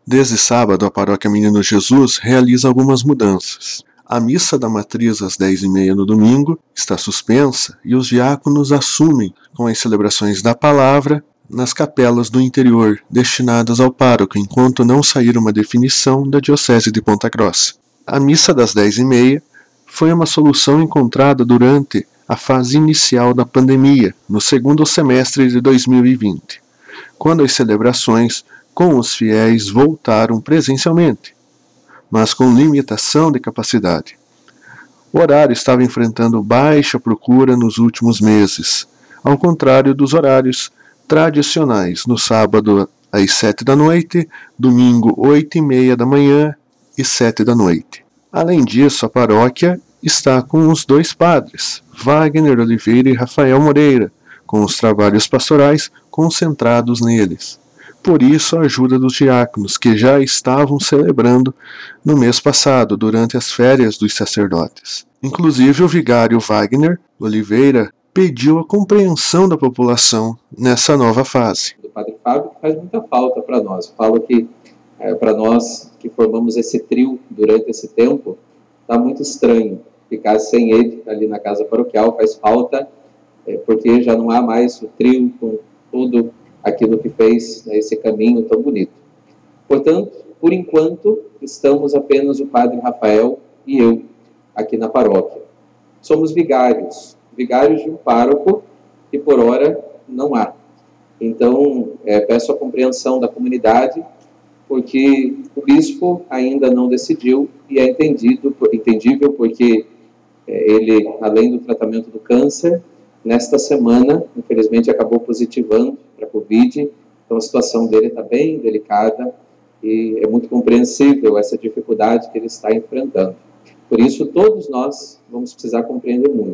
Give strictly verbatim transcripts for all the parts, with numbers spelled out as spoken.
Desde sábado, a Paróquia Menino Jesus realiza algumas mudanças. A missa da matriz às dez e meia no domingo está suspensa e os diáconos assumem com as celebrações da palavra nas capelas do interior destinadas ao pároco, enquanto não sair uma definição da Diocese de Ponta Grossa. A missa das dez e meia foi uma solução encontrada durante a fase inicial da pandemia, no segundo semestre de dois mil e vinte, quando as celebrações com os fiéis voltaram presencialmente, mas com limitação de capacidade. O horário estava enfrentando baixa procura nos últimos meses, ao contrário dos horários tradicionais, no sábado às sete da noite, domingo oito e meia da manhã e sete da noite. Além disso, a paróquia está com os dois padres, Wagner Oliveira e Rafael Moreira, com os trabalhos pastorais concentrados neles. Por isso, a ajuda dos diáconos, que já estavam celebrando no mês passado, durante as férias dos sacerdotes. Inclusive, o vigário Wagner Oliveira pediu a compreensão da população nessa nova fase. O Padre Fábio faz muita falta para nós. Eu falo que, é, para nós que formamos esse trio durante esse tempo, está muito estranho ficar sem ele ali na casa paroquial. Faz falta, é, porque já não há mais o trio com tudo aquilo que fez, né, esse caminho tão bonito. Portanto, por enquanto, estamos apenas o Padre Rafael e eu aqui na paróquia. Somos vigários, vigários de um pároco que por hora não há. Então, é, peço a compreensão da comunidade, porque o bispo ainda não decidiu e é entendido, entendível porque é, ele, além do tratamento do câncer, nesta semana, infelizmente, acabou positivando para a Covid, então a situação dele está bem delicada e é muito compreensível essa dificuldade que ele está enfrentando. Por isso, todos nós vamos precisar compreender muito.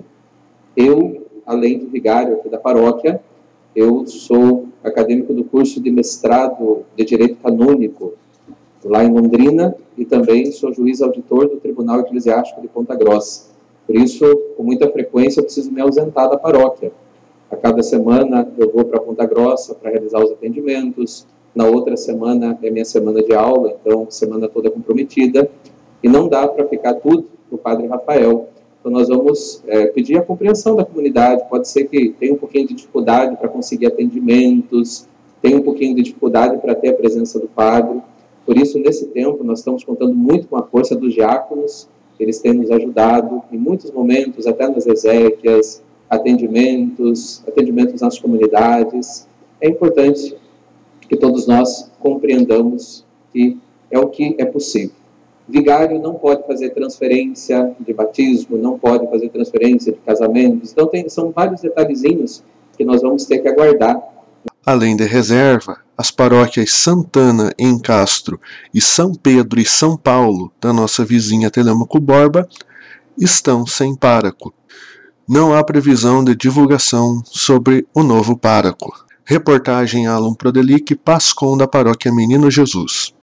Eu, além do vigário aqui da paróquia, eu sou acadêmico do curso de mestrado de Direito Canônico lá em Londrina e também sou juiz auditor do Tribunal Eclesiástico de Ponta Grossa. Por isso, com muita frequência, eu preciso me ausentar da paróquia. A cada semana eu vou para Ponta Grossa para realizar os atendimentos. Na outra semana é minha semana de aula, então semana toda comprometida. E não dá para ficar tudo para o Padre Rafael. Então nós vamos é, pedir a compreensão da comunidade. Pode ser que tenha um pouquinho de dificuldade para conseguir atendimentos, tenha um pouquinho de dificuldade para ter a presença do Padre. Por isso, nesse tempo, nós estamos contando muito com a força dos diáconos. Eles têm nos ajudado em muitos momentos, até nas exéquias, atendimentos, atendimentos nas comunidades. É importante que todos nós compreendamos que é o que é possível. Vigário não pode fazer transferência de batismo, não pode fazer transferência de casamentos. Então, tem, são vários detalhezinhos que nós vamos ter que aguardar. Além de reserva, as paróquias Santana, em Castro, e São Pedro e São Paulo, da nossa vizinha Telêmaco Borba, estão sem pároco. Não há previsão de divulgação sobre o novo pároco. Reportagem Alan Prodelic, Pascom da Paróquia Menino Jesus.